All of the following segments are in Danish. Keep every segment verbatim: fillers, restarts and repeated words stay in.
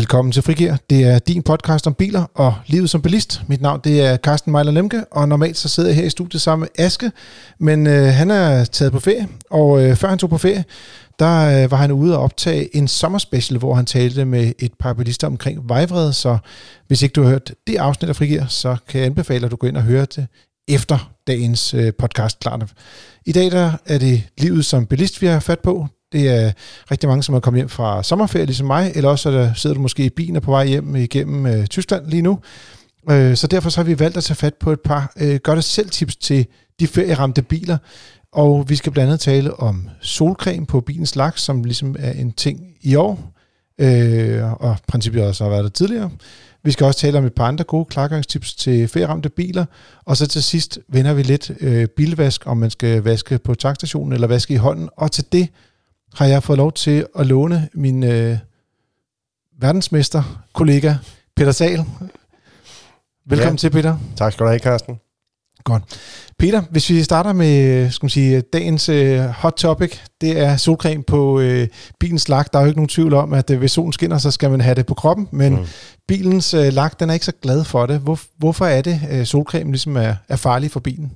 Velkommen til Frigir. Det er din podcast om biler og livet som bilist. Mit navn det er Carsten Meiler-Lemke, og normalt så sidder jeg her i studiet sammen med Aske, men øh, han er taget på ferie, og øh, før han tog på ferie, der øh, var han ude og optage en sommerspecial, hvor han talte med et par bilister omkring vejvrede, så hvis ikke du har hørt det afsnit af Frigir, så kan jeg anbefale, at du går ind og hører det efter dagens øh, podcast, klart. I dag der er det livet som bilist, vi har fat på. Det er rigtig mange, som er kommet hjem fra sommerferie, ligesom mig, eller også der sidder du måske i bilen og på vej hjem igennem øh, Tyskland lige nu. Øh, så derfor så har vi valgt at tage fat på et par øh, gør-det-selv-tips til de ferieramte biler. Og vi skal blandt andet tale om solcreme på bilens lak, som ligesom er en ting i år, øh, og princippet også har været der tidligere. Vi skal også tale om et par andre gode klargangstips til ferieramte biler, og så til sidst vender vi lidt øh, bilvask, om man skal vaske på tankstationen eller vaske i hånden, og til det har jeg fået lov til at låne min øh, verdensmester kollega Peter Sahl. Velkommen ja. til, Peter. Tak skal du have, Carsten. Godt. Peter, hvis vi starter med skal man sige, dagens øh, hot topic, det er solcreme på øh, bilens lak. Der er jo ikke nogen tvivl om, at øh, hvis solen skinner, så skal man have det på kroppen, men mm. bilens øh, lak, den er ikke så glad for det. Hvor, hvorfor er det, øh, solcreme ligesom er, er farlig for bilen?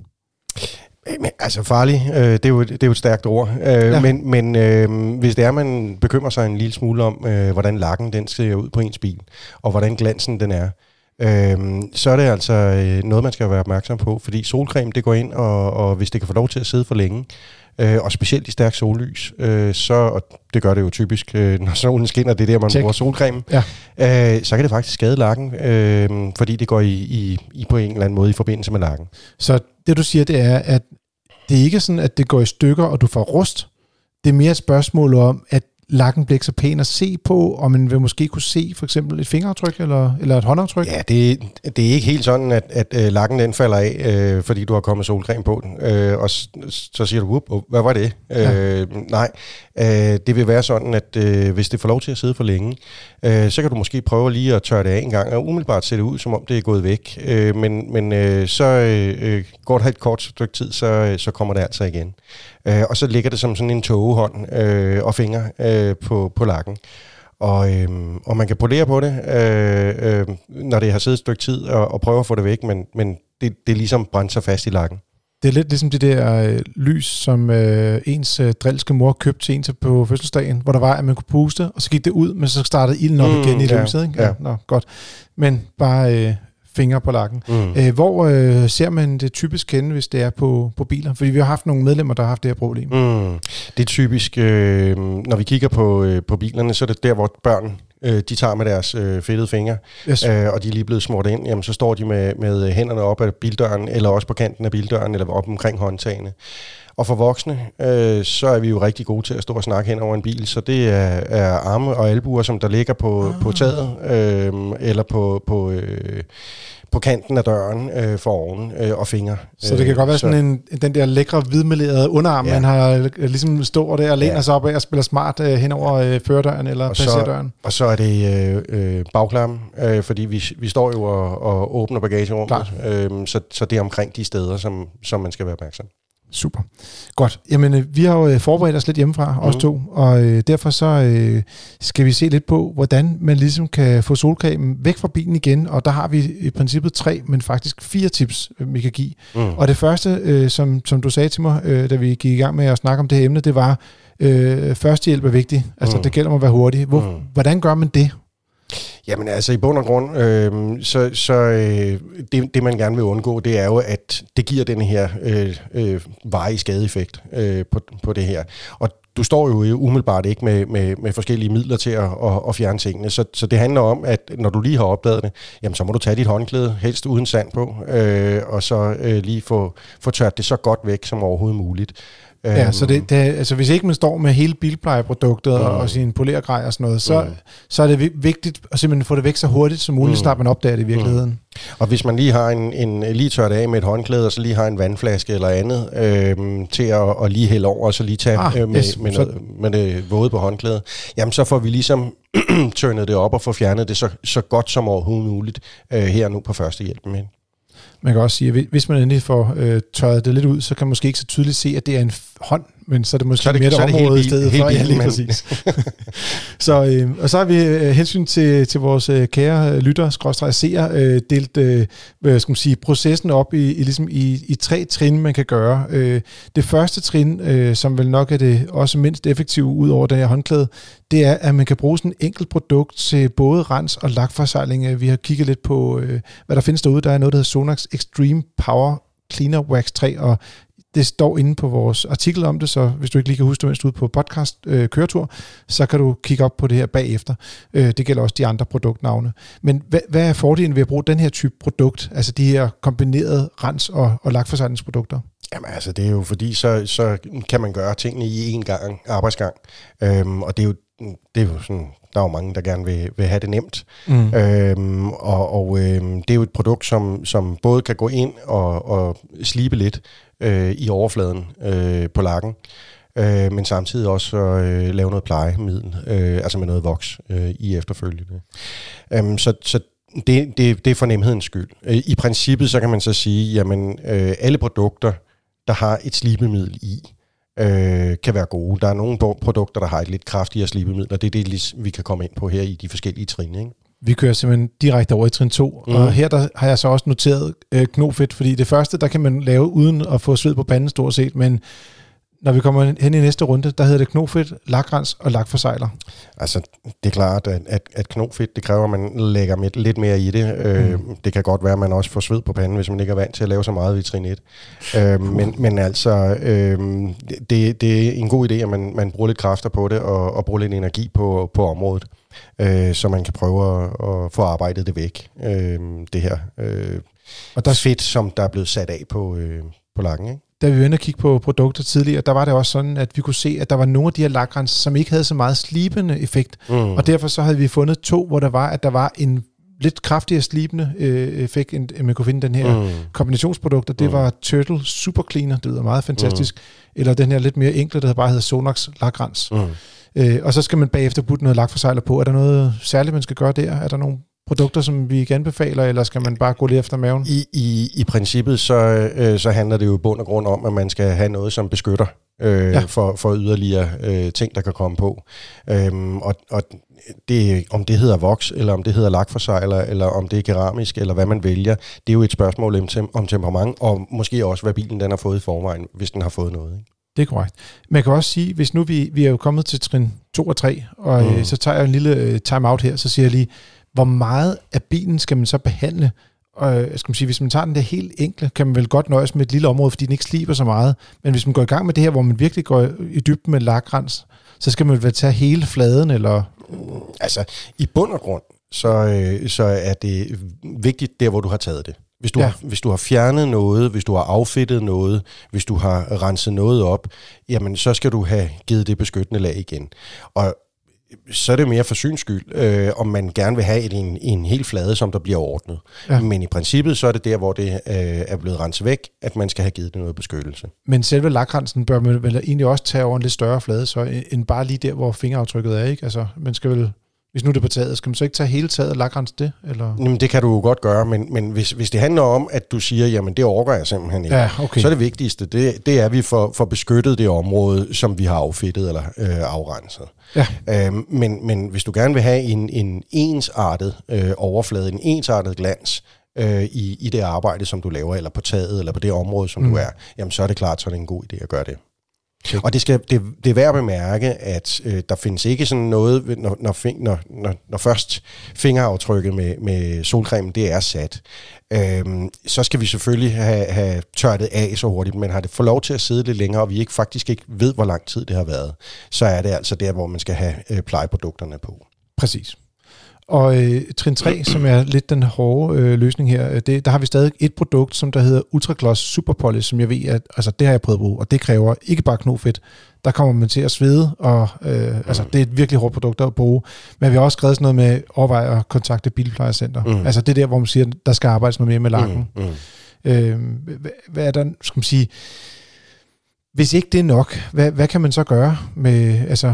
Men, altså farlig, øh, det, er jo, det er jo et stærkt ord, øh, ja. men, men øh, hvis det er, man bekymrer sig en lille smule om, øh, hvordan lakken den ser ud på ens bil, og hvordan glansen den er, øh, så er det altså øh, noget, man skal være opmærksom på, fordi solcreme, det går ind, og, og hvis det kan få lov til at sidde for længe, øh, og specielt i stærk sollys, øh, så, og det gør det jo typisk, øh, når solen skinner, det er der, man Check. bruger solcreme, ja. øh, så kan det faktisk skade lakken, øh, fordi det går i, i, i på en eller anden måde i forbindelse med lakken. Så det du siger, det er, at det er ikke sådan, at det går i stykker, og du får rust. Det er mere et spørgsmål om, at lakken bliver ikke så pæn at se på, og man vil måske kunne se for eksempel et fingeraftryk eller, eller et håndaftryk. Ja, det, det er ikke helt sådan, at, at, at lakken den falder af, øh, fordi du har kommet solcreme på den. Øh, og s- så siger du, whoop, oh, hvad var det? Ja. Øh, nej, øh, det vil være sådan, at øh, hvis det får lov til at sidde for længe, øh, så kan du måske prøve lige at tørre det af en gang, og umiddelbart se det ud, som om det er gået væk. Øh, men men øh, så øh, går der et kort stykke tid, så, så kommer det altså igen. Øh, og så ligger det som sådan en tågehånd øh, og fingre øh, på, på lakken. Og, øh, og man kan polere på det, øh, øh, når det har siddet et stykke tid, og, og prøve at få det væk, men, men det, det er ligesom brændt sig fast i lakken. Det er lidt ligesom det der øh, lys, som øh, ens øh, drilske mor købte til en til på fødselsdagen, hvor der var, at man kunne puste, og så gik det ud, men så startede ilden op mm, igen i ja, lyset. Ikke? Ja. Nå, godt. Men bare øh, fingre på lakken. Mm. Æh, hvor øh, ser man det typisk henne, hvis det er på, på biler? Fordi vi har haft nogle medlemmer, der har haft det her problem. Mm. Det er typisk, øh, når vi kigger på, øh, på bilerne, så er det der, hvor børn øh, de tager med deres øh, fedtede fingre, yes. øh, og de er lige blevet smurt ind, jamen så står de med, med hænderne op af bildøren, eller også på kanten af bildøren, eller op omkring håndtagene. Og for voksne, øh, så er vi jo rigtig gode til at stå og snakke hen over en bil, så det er, er arme og albuer, som der ligger på, ah. på taget, øh, eller på, på, øh, på kanten af døren øh, for oven, øh, og fingre. Så det kan godt være så sådan en, den der lækre, hvidmelerede underarm, ja. man har ligesom står der og læner ja. sig op af og spiller smart øh, hen over øh, førerdøren eller passagerdøren. Og så er det øh, øh, bagklam, øh, fordi vi, vi står jo og, og åbner bagagerummet, øh, så, så det er omkring de steder, som, som man skal være opmærksom. Super. Godt. Jamen, vi har jo forberedt os lidt hjemmefra, mm. os to, og øh, derfor så øh, skal vi se lidt på, hvordan man ligesom kan få solcremen væk fra bilen igen, og der har vi i princippet tre, men faktisk fire tips, vi kan give. Mm. Og det første, øh, som, som du sagde til mig, øh, da vi gik i gang med at snakke om det her emne, det var, øh, førstehjælp er vigtigt. Altså, mm. det gælder om at være hurtig. Hvor, mm. Hvordan gør man det? Jamen altså i bund og grund, øh, så, så øh, det, det man gerne vil undgå, det er jo, at det giver den her øh, øh, varige skadeeffekt øh, på, på det her. Og du står jo umiddelbart ikke med, med, med forskellige midler til at, at, at fjerne tingene, så, så det handler om, at når du lige har opdaget det, jamen så må du tage dit håndklæde, helst uden sand på, øh, og så øh, lige få, få tørt det så godt væk som overhovedet muligt. Ja, så det, det, altså hvis ikke man står med hele bilplejeproduktet mm. og sin polergrej og sådan noget, så, mm. så er det vigtigt at simpelthen få det væk så hurtigt som muligt, mm. snart man opdager det i virkeligheden. Mm. Og hvis man lige har en, en lige tørt af med et håndklæde, og så lige har en vandflaske eller andet øh, til at, at lige hælde over, og så lige tage ah, øh, med, yes. med, noget, med det våde på håndklædet, jamen så får vi ligesom tørnet det op og får fjernet det så, så godt som overhovedet muligt øh, her nu på førstehjælpen med. Man kan også sige, at hvis man endelig får øh, tørret det lidt ud, så kan man måske ikke så tydeligt se, at det er en hånd, men så er det måske så er det, mere et område i stedet helt for. Bil, ja, lige præcis. så, øh, og så har vi øh, hensyn til, til vores øh, kære lytter, skråstreg seere, øh, delt øh, hvad skal man sige, processen op i, i, ligesom i, i tre trin, man kan gøre. Øh, det første trin, øh, som vel nok er det også mindst effektive ud over det her håndklæde, det er, at man kan bruge sådan et enkelt produkt til både rens og lakforsegling. Vi har kigget lidt på, øh, hvad der findes derude. Der er noget, der hedder Sonax Extreme Power Cleaner Wax tre, og det står inde på vores artikel om det, så hvis du ikke lige kan huske det, mens du er ude på podcast øh, køretur, så kan du kigge op på det her bagefter. Øh, det gælder også de andre produktnavne. Men hvad, hvad er fordelen ved at bruge den her type produkt, altså de her kombinerede rens- og, og lakforsegningsprodukter? Jamen altså, det er jo fordi, så, så kan man gøre tingene i en gang, arbejdsgang. Øhm, og det er jo, det er jo sådan, der er jo mange, der gerne vil, vil have det nemt. Mm. Øhm, og og øhm, det er jo et produkt, som, som både kan gå ind og, og slibe lidt øh, i overfladen øh, på lakken, øh, men samtidig også øh, lave noget plejemiddel, øh, altså med noget voks øh, i efterfølgende. Øhm, så, så det, det, det er for nemhedens skyld. Øh, I princippet så kan man så sige, jamen øh, alle produkter, der har et slibemiddel i, øh, kan være gode. Der er nogle produkter, der har et lidt kraftigere slibemiddel, og det er det, vi kan komme ind på her i de forskellige trin, ikke? Vi kører simpelthen direkte over i trin to, mm. og her der har jeg så også noteret øh, knofedt, fordi det første, der kan man lave uden at få sved på panden stort set, men når vi kommer hen i næste runde, der hedder det knofedt, lakrens og lakforsegler. Altså, det er klart, at, at, at knofedt, det kræver, at man lægger med, lidt mere i det. Mm. Øh, det kan godt være, at man også får sved på panden, hvis man ikke er vant til at lave så meget i trin et. Øh, men, men altså, øh, det, det er en god idé, at man, man bruger lidt kræfter på det, og, og bruger lidt energi på, på området, øh, så man kan prøve at, at få arbejdet det væk. Øh, det her øh, og der er fedt, som der er blevet sat af på, øh, på lakken, ikke? Da vi var inde og kigge på produkter tidligere, der var det også sådan, at vi kunne se, at der var nogle af de her lakrens, som ikke havde så meget slibende effekt. Mm. Og derfor så havde vi fundet to, hvor der var, at der var en lidt kraftigere slibende øh, effekt, end man kunne finde den her mm. kombinationsprodukter. Det mm. var Turtle Super Cleaner, det lyder meget fantastisk. Mm. Eller den her lidt mere enkle, der bare hedder Sonax lakrens. Mm. Øh, og så skal man bagefter putte noget lakforsegler på. Er der noget særligt, man skal gøre der? Er der nogle produkter, som vi ikke anbefaler, eller skal man bare gå lidt efter maven? I, i, i princippet, så, øh, så handler det jo i bund og grund om, at man skal have noget, som beskytter øh, ja. for, for yderligere øh, ting, der kan komme på. Øhm, og og det, om det hedder voks, eller om det hedder lakforsegler, eller om det er keramisk, eller hvad man vælger, det er jo et spørgsmål om, tem- om temperament, og måske også, hvad bilen den har fået i forvejen, hvis den har fået noget, ikke? Det er korrekt. Man kan også sige, hvis nu vi, vi er jo kommet til trin to og tre, og mm. øh, så tager jeg en lille øh, time-out her, så siger jeg lige, hvor meget af bilen skal man så behandle? Og skal man sige, hvis man tager den der helt enkle, kan man vel godt nøjes med et lille område, fordi den ikke sliber så meget. Men hvis man går i gang med det her, hvor man virkelig går i dybden med lakrens, så skal man vel tage hele fladen, eller? Altså, i bund og grund, så, øh, så er det vigtigt der, hvor du har taget det. Hvis du, ja. har, hvis du har fjernet noget, hvis du har affedtet noget, hvis du har renset noget op, jamen så skal du have givet det beskyttende lag igen. Og så er det mere for syns skyld, øh, om man gerne vil have et, en, en helt flade, som der bliver ordnet. Ja. Men i princippet, så er det der, hvor det øh, er blevet renset væk, at man skal have givet det noget beskyttelse. Men selve lakrensen bør man vel egentlig også tage over en lidt større flade, så end bare lige der, hvor fingeraftrykket er, ikke? Altså, man skal vel, hvis nu det er på taget, skal man så ikke tage hele taget og lakrense det? Eller? Jamen, det kan du jo godt gøre, men, men hvis, hvis det handler om, at du siger, jamen det overgår jeg simpelthen ikke, ja, okay. så er det vigtigste, det, det er, at vi får, får beskyttet det område, som vi har affedtet eller øh, afrenset. Ja. Øhm, men, men hvis du gerne vil have en, en ensartet øh, overflade, en ensartet glans øh, i, i det arbejde, som du laver, eller på taget, eller på det område, som mm. du er, jamen så er det klart, så er det en god idé at gøre det. Okay. Og det, skal, det, det er værd at bemærke, at øh, der findes ikke sådan noget, når, når, fing, når, når, når først fingeraftrykket med, med solcremen, det er sat, øhm, så skal vi selvfølgelig have, have tørret af så hurtigt, men har det fået lov til at sidde lidt længere, og vi ikke faktisk ikke ved, hvor lang tid det har været, så er det altså der, hvor man skal have øh, plejeprodukterne på. Præcis. Og øh, trin tre, som er lidt den hårde øh, løsning her, det, der har vi stadig et produkt, som der hedder Ultragloss Super Polish, som jeg ved, at altså, det har jeg prøvet at bruge, og det kræver ikke bare knofedt. Der kommer man til at svede, og øh, mm. altså, det er et virkelig hårdt produkt at bruge. Men vi har også skrevet sådan noget med overvej at kontakte bilplejercenter. Mm. Altså det er der, hvor man siger, der skal arbejdes noget mere med lakken. Mm. Mm. Øh, hvad, hvad er der, skal man sige... Hvis ikke det er nok, hvad, hvad kan man så gøre med, altså,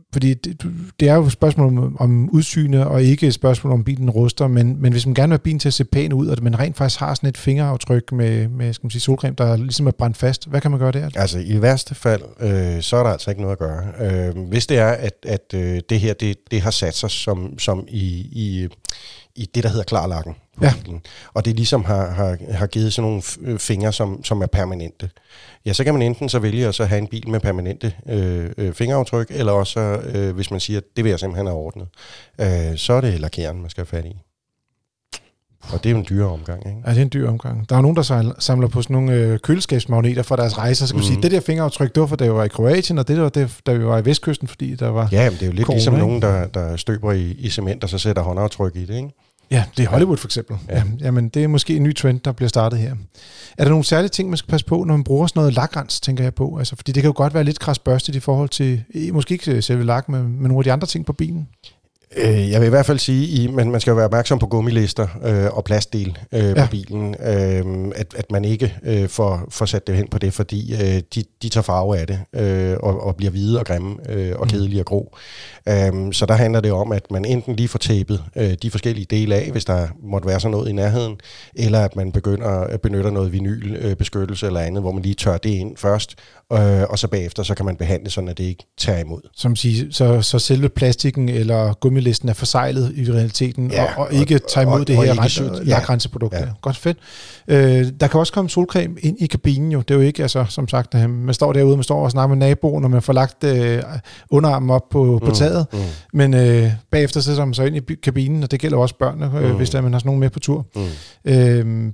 fordi det, det er jo et spørgsmål om, om udsyne, og ikke et spørgsmål om bilen ruster, men, men hvis man gerne vil have bilen til at se pæn ud, og man rent faktisk har sådan et fingeraftryk med, med skal man sige, solcreme, der ligesom er brændt fast, hvad kan man gøre der? Altså i værste fald, øh, så er der altså ikke noget at gøre. Øh, hvis det er, at, at øh, det her, det, det har sat sig som, som i, i, i det, der hedder klarlakken på ja. bilen, og det ligesom har, har, har givet sådan nogle fingre, som, som er permanente, ja, så kan man enten så vælge at så have en bil med permanente øh, øh, fingeraftryk, eller også, øh, hvis man siger, at det vil jeg simpelthen have ordnet, øh, så er det lakeren, man skal have fat i. Og det er jo en dyre omgang, ikke? Ja, det er en dyr omgang. Der er nogen, der samler på sådan nogle øh, køleskabsmagneter fra deres rejser, så kan man mm. sige, det der fingeraftryk, det var, for da vi var i Kroatien, og det var, det, da vi var i Vestkysten, fordi der var ja, men det er jo lidt corona, ligesom ikke? nogen, der, der støber i, i cement, og så sætter håndaftryk i det, ikke? Ja, det er Hollywood for eksempel. Ja. Ja, jamen, det er måske en ny trend, der bliver startet her. Er der nogle særlige ting, man skal passe på, når man bruger sådan noget lakrens, tænker jeg på? Altså, fordi det kan jo godt være lidt krasbørstigt i forhold til, måske ikke selve lak, men, men nogle af de andre ting på bilen. Jeg vil i hvert fald sige, at man skal være opmærksom på gummilister øh, og plastdel øh, ja. på bilen, øh, at, at man ikke øh, får, får sat det hen på det, fordi øh, de, de tager farve af det øh, og, og bliver hvide og grimme øh, og kedelige og grå. Øh, så der handler det om, at man enten lige får tæppet øh, de forskellige dele af, hvis der måtte være sådan noget i nærheden, eller at man begynder at benytte noget vinylbeskyttelse eller andet, hvor man lige tør det ind først, øh, og så bagefter så kan man behandle sådan, at det ikke tager imod. Som siger, så, så selve plastikken eller gummilisten er forsejlet i realiteten, ja, og, og ikke og, tager imod og, det her ret, lakrenseprodukt. Ja. Godt fedt. Øh, der kan også komme solcreme ind i kabinen jo. Det er jo ikke, altså, som sagt, man står derude, man står og snakker med naboen, og man får lagt øh, underarmen op på, mm, på taget, mm. men øh, bagefter sætter man så ind i kabinen, og det gælder også børnene, øh, mm. hvis der man har sådan nogen med på tur. Mm. Øh,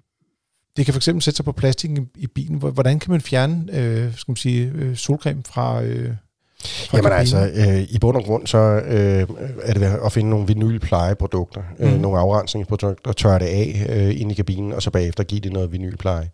Det kan for eksempel sætte sig på plastikken i bilen. Hvordan kan man fjerne øh, skal man sige, solcreme fra... Øh Jamen altså, øh, i bund og grund, så øh, er det at finde nogle vinylplejeprodukter, mm. øh, nogle afrensningsprodukter, tørre det af øh, ind i kabinen, og så bagefter give det noget vinylpleje.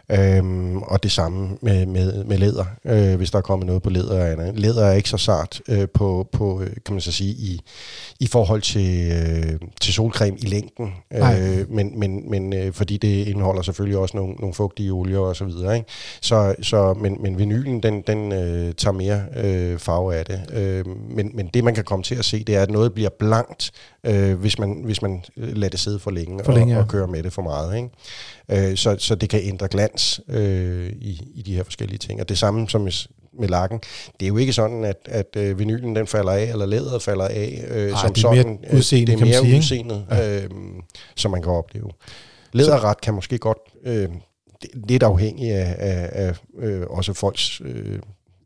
Øhm, og det samme med, med, med læder, øh, hvis der er kommet noget på læder og andet. Læder er ikke så sart øh, på, på, kan man så sige, i, i forhold til, øh, til solcreme i længden, øh, men, men, men øh, fordi det indeholder selvfølgelig også nogle, nogle fugtige olier og så videre, ikke? Så, så, men, men vinylen, den, den øh, tager mere øh, farve af det. Øh, men, men det, man kan komme til at se, det er, at noget bliver blankt, øh, hvis, man, hvis man lader det sidde for længe, for længe og, ja. og kører med det for meget, ikke? Øh, så, så det kan ændre glans øh, i, i de her forskellige ting. Og det samme som med lakken. Det er jo ikke sådan, at, at øh, vinylen den falder af, eller læderet falder af. Øh, Ej, som det er mere sådan, udseende, det er mere kan man udseendet, ja. øh, som man kan opleve. Læderret kan måske godt, øh, lidt afhængig af, af, af øh, også folks øh,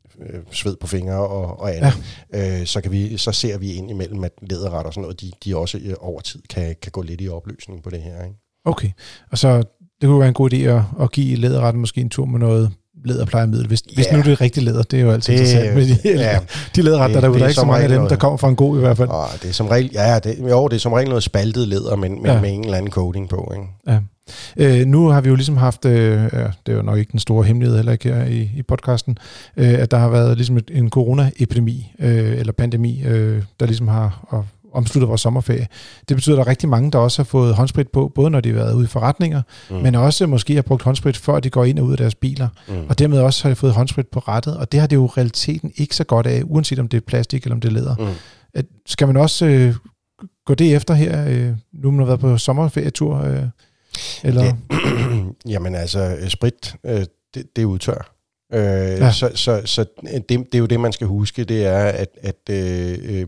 sved på fingre og, og andet, ja. øh, så, kan vi, så ser vi ind imellem, at læderret og sådan noget, de, de også øh, over tid kan, kan gå lidt i opløsning på det her, ikke? Okay, og så det kunne være en god idé at, at give læderretten måske en tur med noget læderplejemiddel, hvis, yeah. hvis nu det er rigtig læder. Det er jo altid det, interessant med de, ja, de læderretter, der er ikke så mange af dem, noget, der kommer fra en god i hvert fald. Åh, det er som regel, ja, det, jo, det er som regel noget spaltet læder, men, men ja. med en eller anden coating på, ikke? Ja. Øh, nu har vi jo ligesom haft, øh, ja, det er jo nok ikke den store hemmelighed heller ikke her i, i podcasten, øh, at der har været ligesom et, en coronaepidemi, øh, eller pandemi, øh, der ligesom har og, omsluttet vores sommerferie. Det betyder, at der er rigtig mange, der også har fået håndsprit på, både når de har været ude i forretninger, mm. men også måske har brugt håndsprit, før de går ind og ud af deres biler, mm. og dermed også har de fået håndsprit på rattet, og det har det jo realiteten ikke så godt af, uanset om det er plastik eller om det er læder. Mm. At, skal man også øh, gå det efter her, øh, nu man har været på sommerferietur, øh, eller? Det, jamen altså, sprit, øh, det, det er udtør. Øh, ja. Så, så, så det, det er jo det, man skal huske, det er, at, at øh, øh,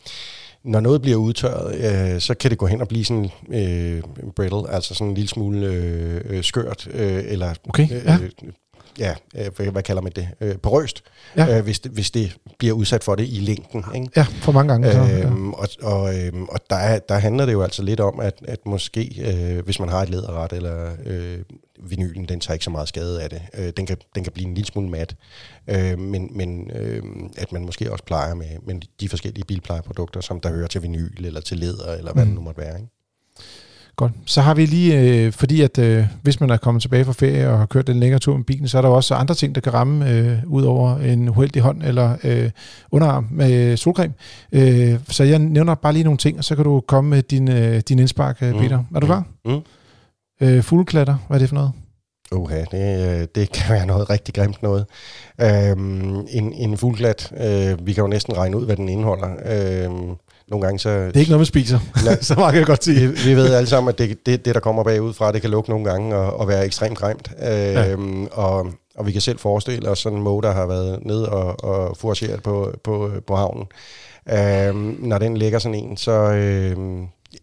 når noget bliver udtørret, øh, så kan det gå hen og blive sådan øh, brittle, altså sådan en lille smule øh, skørt, øh, eller okay, ja. øh, ja, øh, hvad kalder man det? Øh, porøst, ja. øh, hvis, det, hvis det bliver udsat for det i længden. Ikke? Ja, for mange gange. Så, ja. øhm, og og, øhm, og der, er, der handler det jo altså lidt om, at, at måske, øh, hvis man har et læderret, eller øh, vinylen, den tager ikke så meget skade af det. Øh, den, kan, den kan blive en lille smule mat, øh, men, men øh, at man måske også plejer med, med de forskellige bilplejeprodukter, som der hører til vinyl, eller til læder, eller hvad mm. det nu måtte være, ikke? Godt. Så har vi lige, øh, fordi at øh, hvis man er kommet tilbage fra ferie og har kørt den længere tur med bilen, så er der også andre ting, der kan ramme øh, ud over en uheldig hånd eller øh, underarm med solcreme. Øh, så jeg nævner bare lige nogle ting, og så kan du komme med din, øh, din indspark, Peter. Mm. Er du klar? Mm. Øh, fugleklatter, hvad er det for noget? Uha, det, det kan være noget rigtig grimt noget. Øhm, en, en fugleklat, øh, vi kan jo næsten regne ud, hvad den indeholder. Øhm, nogle gange så... Det er ikke noget, man spiser. så meget kan jeg godt sige. Vi, vi ved alle sammen, at det, det, det der kommer bagud fra, det kan lugte nogle gange og, og være ekstremt grimt. Øhm, ja. og, og vi kan selv forestille os sådan en måge, der har været ned og, og forageret på, på, på havnen. Øhm, når den ligger sådan en, så, øhm,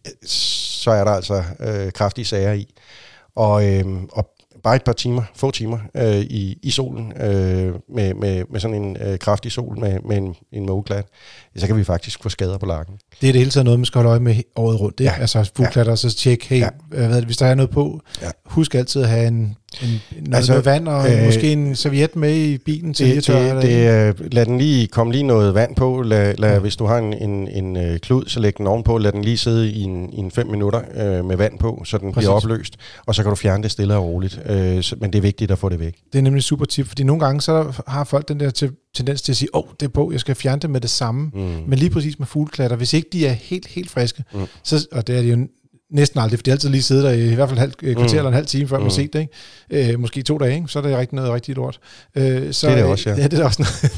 så er der altså øh, kraftige sager i. Og, øhm, og bare et par timer, få timer øh, i, i solen, øh, med, med, med sådan en øh, kraftig sol med, med en, en mågeklat, så kan vi faktisk få skader på lakken. Det er det hele taget noget, man skal holde øje med året rundt. Ikke? Ja. Altså fugleklatter, ja. Så tjek, hey, ja. hvad det, hvis der er noget på, ja. husk altid at have en, en noget, altså, noget vand og øh, måske en serviet med i bilen til det, lige at tørre. Det, det, lad den lige komme lige noget vand på. Lad, lad, ja. Hvis du har en, en, en, en klud, så læg den ovenpå. Lad den lige sidde i en, i en fem minutter øh, med vand på, så den Præcis. bliver opløst. Og så kan du fjerne det stille og roligt. Øh, så, men det er vigtigt at få det væk. Det er nemlig super tip, fordi nogle gange så har folk den der til, tendens til at sige, åh, oh, det er på, jeg skal fjerne det med det samme. Mm. Men lige præcis med fugleklatter, hvis ikke de er helt, helt friske, mm. så, og det er de jo næsten aldrig, for de altid lige sidder der i, i hvert fald halv, kvarter mm. eller en halv time, før mm. man ser det, ikke? Øh, måske to dage, ikke? Så er det rigtig noget rigtig lort. Øh, så, det er det også, ja. Ja, det er også noget.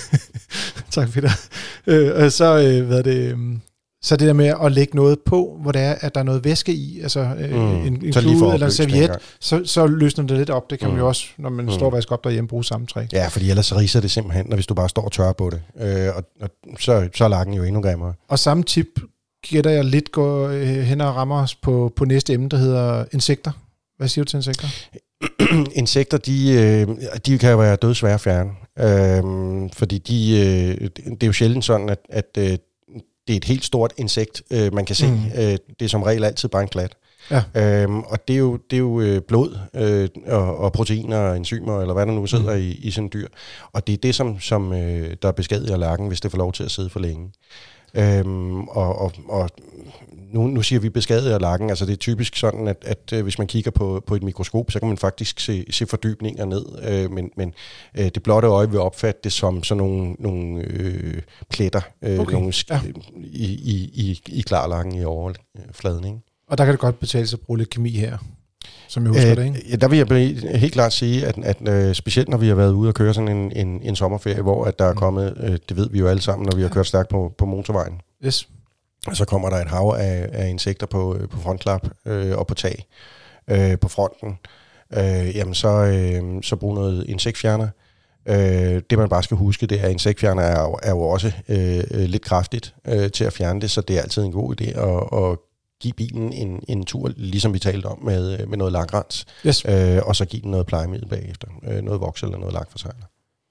Tak, Peter. Øh, så, øh, hvad er det... Så det der med at lægge noget på, hvor det er, at der er noget væske i, altså øh, mm. en, en klude eller en serviet, så, så løsner det lidt op. Det kan mm. man jo også, når man mm. står og vasker op derhjemme, bruge samme træk. Ja, fordi ellers riser det simpelthen, når hvis du bare står og tørrer på det. Øh, og, og så, så er lakken jo endnu grimmere. Og samme tip gætter jeg lidt går øh, hen og rammer os på, på næste emne, der hedder insekter. Hvad siger du til insekter? Insekter, de, øh, de kan jo være dødsvære at fjerne. Øh, fordi de, øh, det er jo sjældent sådan, at, at øh, det er et helt stort insekt, øh, man kan se. Mm. Øh, det er som regel altid bare en klat. Ja. Øhm, og det er jo, det er jo øh, blod øh, og, og proteiner og enzymer, eller hvad der nu sidder mm. i, i sådan en dyr. Og det er det, som, som øh, der beskadiger lakken, hvis det får lov til at sidde for længe. Øhm, og og, og nu, nu siger vi beskadiger lakken, altså det er typisk sådan, at, at, at hvis man kigger på, på et mikroskop, så kan man faktisk se, se fordybninger ned, øh, men, men øh, det blotte øje vil opfatte det som sådan nogle, nogle øh, pletter øh, okay. nogle sk- ja. i, i, i, i klarlakken i overfladen, ikke? Og der kan det godt betale sig at bruge lidt kemi her, som jeg husker øh, det, ikke? Ja, der vil jeg helt klart sige, at, at øh, specielt når vi har været ude og køre sådan en, en, en sommerferie, hvor at der er kommet, øh, det ved vi jo alle sammen, når vi har kørt stærkt på, på motorvejen. Yes. Og så kommer der et hav af, af insekter på, på frontklap øh, og på tag øh, på fronten. Øh, jamen så, øh, så brug noget insektfjerner. Øh, det man bare skal huske, det er, at insektfjerner er jo, er jo også øh, lidt kraftigt øh, til at fjerne det, så det er altid en god idé at, at give bilen en, en tur, ligesom vi talte om, med, med noget lakrens. Yes. Øh, og så give den noget plejemiddel bagefter. Øh, noget voks eller noget lakforsegler.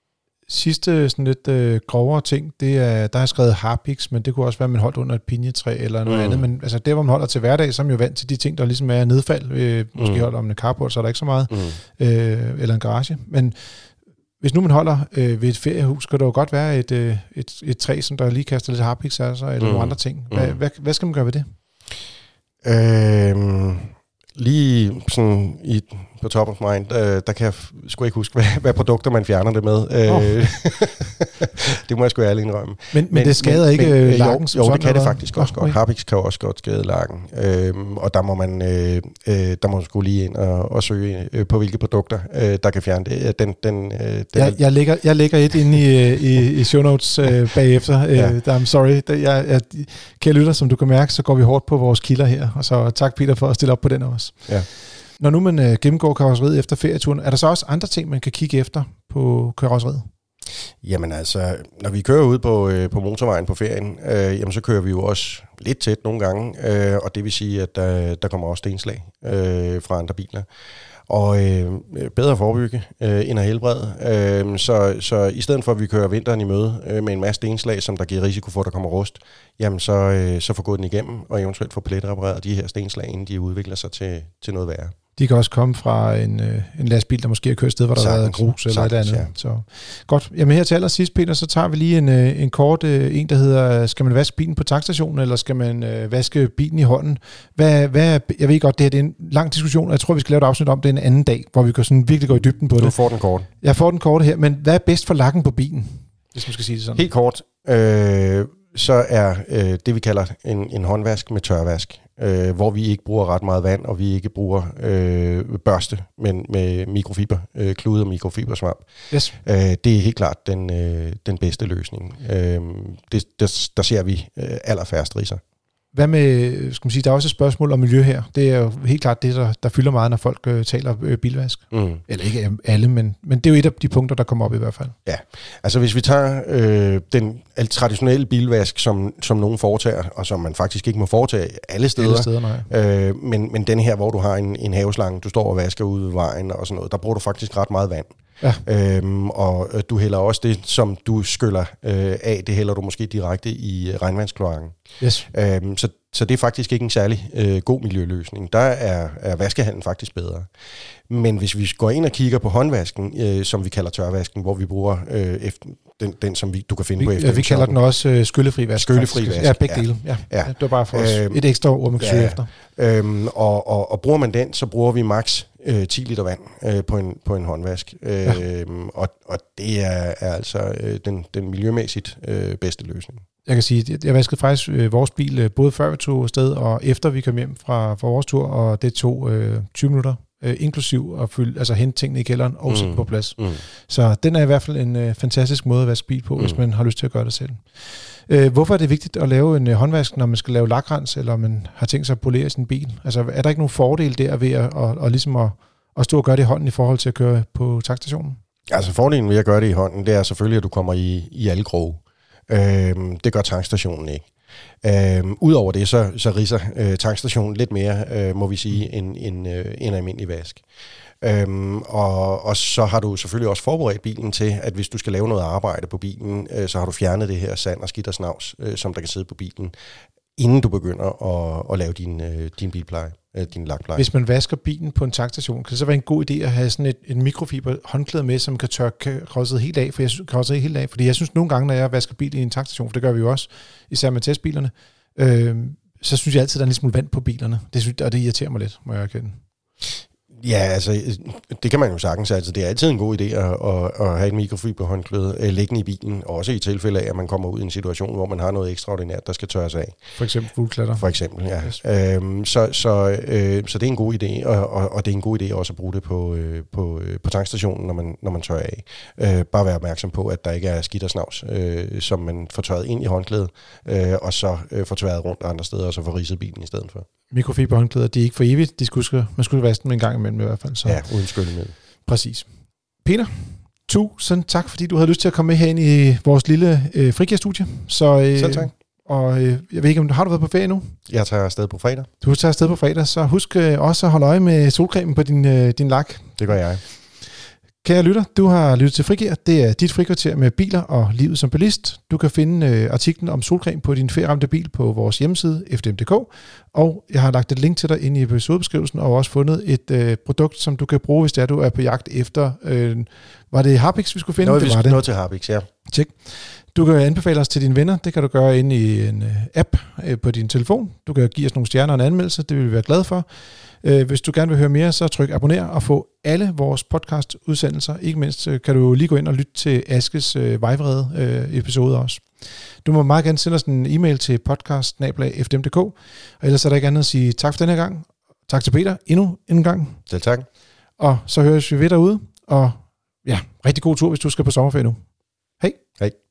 Sidste sådan lidt øh, grovere ting, det er, der er skrevet Harpix, men det kunne også være, at man holdt under et pinjetræ eller noget mm. andet. Men altså der, hvor man holder til hverdag, så er man jo vant til de ting, der ligesom er nedfald. Øh, måske mm. holder om en carport, så er der ikke så meget. Mm. Øh, eller en garage. Men hvis nu man holder øh, ved et feriehus, kan det jo godt være et, øh, et, et træ, som der lige kaster lidt Harpix altså, eller mm. nogle andre ting. Hvad, mm. hvad, hvad skal man gøre ved det? Øhm, lige sådan i, på top of mind, øh, der kan jeg f- sgu ikke huske, hvad, hvad produkter man fjerner det med. Oh. Det må jeg sgu ærligt indrømme. Men, men, men det skader men, ikke men, lakken? Jo, jo det kan det faktisk oh, også godt. Okay. Harpix kan også godt skade lakken. Øhm, og der må man øh, øh, der må man sgu lige ind og, og søge øh, på, hvilke produkter, øh, der kan fjerne det. Den, den, øh, den jeg, jeg, lægger, jeg lægger et inde i, i, i show notes øh, bagefter. Ja. Øh, I'm sorry. Jeg, jeg, kære lytter, som du kan mærke, så går vi hårdt på vores kilder her. Og så tak, Peter, for at stille op på den også. Ja. Når nu man øh, gennemgår karrosseriet efter ferieturen, er der så også andre ting, man kan kigge efter på karrosseriet? Jamen altså, når vi kører ud på, øh, på motorvejen på ferien, øh, jamen så kører vi jo også lidt tæt nogle gange, øh, og det vil sige, at der, der kommer også stenslag øh, fra andre biler. Og øh, bedre at forebygge øh, end at helbrede. Øh, så, så i stedet for, at vi kører vinteren i møde øh, med en masse stenslag, som der giver risiko for, at der kommer rust, jamen så, øh, så få gået den igennem, og eventuelt få pletrepareret de her stenslag, inden de udvikler sig til, til noget værre. De kan også komme fra en, øh, en lastbil, der måske har kørt et sted, hvor der sagtens, har været grus eller sagtens, et andet. Ja. Så godt. Jamen her til allersidst, Peter, så tager vi lige en, øh, en kort øh, en, der hedder, skal man vaske bilen på tankstationen, eller skal man øh, vaske bilen i hånden? Hvad, hvad, jeg ved godt, det her det er en lang diskussion, og jeg tror, vi skal lave et afsnit om det en anden dag, hvor vi kan sådan virkelig gå i dybden på det. Du får den kort. Jeg får den kort her, men hvad er bedst for lakken på bilen, hvis man skal sige det sådan? Helt kort. Øh, så er øh, det, vi kalder en, en håndvask med tørvask. øh, hvor vi ikke bruger ret meget vand, og vi ikke bruger øh, børste, men med mikrofiber, øh, klude og mikrofibersvamp. Yes. Øh, det er helt klart den, øh, den bedste løsning. Øh, det, der, der ser vi øh, allerfærst riser. Hvad med, skal man sige, der er også et spørgsmål om miljø her. Det er jo helt klart det, der, der fylder meget, når folk øh, taler øh, bilvask. Mm. Eller ikke alle, men, men det er jo et af de punkter, der kommer op i hvert fald. Ja, altså hvis vi tager øh, den traditionelle bilvask, som, som nogen foretager, og som man faktisk ikke må foretage alle steder, alle steder nej. Øh, men, men den her, hvor du har en, en haveslange, du står og vasker ude ved vejen og sådan noget, der bruger du faktisk ret meget vand. Ja. Øhm, og du hælder også det, som du skyller øh, af, det hælder du måske direkte i regnvandskloakken. Yes. Øhm, så, så det er faktisk ikke en særlig øh, god miljøløsning. Der er, er vaskehallen faktisk bedre. Men hvis vi går ind og kigger på håndvasken, øh, som vi kalder tørvasken, hvor vi bruger øh, efter, den, den, som vi, du kan finde vi, på efter. Ja, vi kalder den også øh, skyllefri vask. Skyllefri vask. Ja, begge ja. dele. Ja. Ja. Det var bare for os øhm, et ekstra ord, man kan søge ja. efter. Øhm, og, og, og bruger man den, så bruger vi maks øh, ti liter vand øh, på, en, på en håndvask. Ja. Øhm, og, og det er, er altså øh, den, den miljømæssigt øh, bedste løsning. Jeg kan sige, at jeg vaskede faktisk øh, vores bil øh, både før vi tog afsted og efter vi kom hjem fra, fra vores tur, og det tog øh, tyve minutter, øh, inklusiv at fylde, altså hente tingene i kælderen og sætte mm. på plads. Mm. Så den er i hvert fald en øh, fantastisk måde at vaske bil på, mm. hvis man har lyst til at gøre det selv. Øh, hvorfor er det vigtigt at lave en øh, håndvask, når man skal lave lakrens, eller man har tænkt sig at polere sin bil? Altså er der ikke nogen fordel der ved at, at, at, ligesom at, at stå og gøre det i hånden i forhold til at køre på tankstationen? Altså fordelen ved at gøre det i hånden, det er selvfølgelig, at du kommer i, i alle kroge. Øhm, det gør tankstationen ikke. Øhm, Udover det, så, så ridser øh, tankstationen lidt mere, øh, må vi sige, end en, øh, en almindelig vask. Øhm, og, og så har du selvfølgelig også forberedt bilen til, at hvis du skal lave noget arbejde på bilen, øh, så har du fjernet det her sand og skidt og snavs, øh, som der kan sidde på bilen, inden du begynder at, at lave din, øh, din bilpleje, øh, din lakpleje. Hvis man vasker bilen på en tankstation, kan det så være en god idé at have sådan et, et mikrofiber håndklæde med, som kan tørre krosset helt af, for jeg synes, krosset helt af, fordi jeg synes nogle gange, når jeg vasker bil i en tankstation, for det gør vi jo også, især med testbilerne, øh, så synes jeg altid, der er en lille smule vand på bilerne. Det synes, og det irriterer mig lidt, må jeg erkende. Ja, altså, det kan man jo sagtens. Altså, det er altid en god idé at, at, at have et mikrofiberhåndklæde øh, liggende i bilen, også i tilfælde af, at man kommer ud i en situation, hvor man har noget ekstraordinært, der skal tørres af. For eksempel fuglklatter. For eksempel, ja. Yes. Øhm, så, så, øh, så det er en god idé, og, og, og det er en god idé også at bruge det på, øh, på, øh, på tankstationen, når man, når man tørrer af. Øh, bare være opmærksom på, at der ikke er skidt og snavs, øh, som man får tørret ind i håndklædet, øh, og så øh, får tørret rundt andre steder, og så får ridset bilen i stedet for. Mikrofiberhåndklæder, de er ikke for evigt. De skulle, man skulle vaske dem en gang imellem i hvert fald. Så. Ja, uden skyldemiddel. Præcis. Peter, tusind tak, fordi du havde lyst til at komme med herind i vores lille øh, frikærstudie. Så, øh, Selv tak. Og øh, jeg ved ikke, om du har du været på ferie nu? Jeg tager afsted på fredag. Du tager afsted på fredag, så husk øh, også at holde øje med solcremen på din, øh, din lak. Det gør jeg. Kære lytter, du har lyttet til Frigir. Det er dit frikvarter med biler og livet som bilist. Du kan finde øh, artiklen om solcreme på din ferieramte bil på vores hjemmeside f d m punktum d k. Og jeg har lagt et link til dig ind i episodebeskrivelsen, og også fundet et øh, produkt, som du kan bruge, hvis det er, du er på jagt efter. Øh, var det Harpix, vi skulle finde? Nå, det vi var det. Noget til Harpix, ja. Tjek. Du kan anbefale os til dine venner. Det kan du gøre inde i en øh, app øh, på din telefon. Du kan give os nogle stjerner og en anmeldelse. Det vil vi være glade for. Øh, hvis du gerne vil høre mere, så tryk abonner og få alle vores podcast-udsendelser. Ikke mindst øh, kan du lige gå ind og lytte til Askes øh, vejvrede øh, episode også. Du må meget gerne sende os en e-mail til podcast snabel-a f d m punktum d k. Og ellers er der ikke andet at sige tak for denne her gang. Tak til Peter endnu en gang. Selv tak. Og så høres vi ved derude. Og ja, rigtig god tur, hvis du skal på sommerferie nu. Hej. Hej.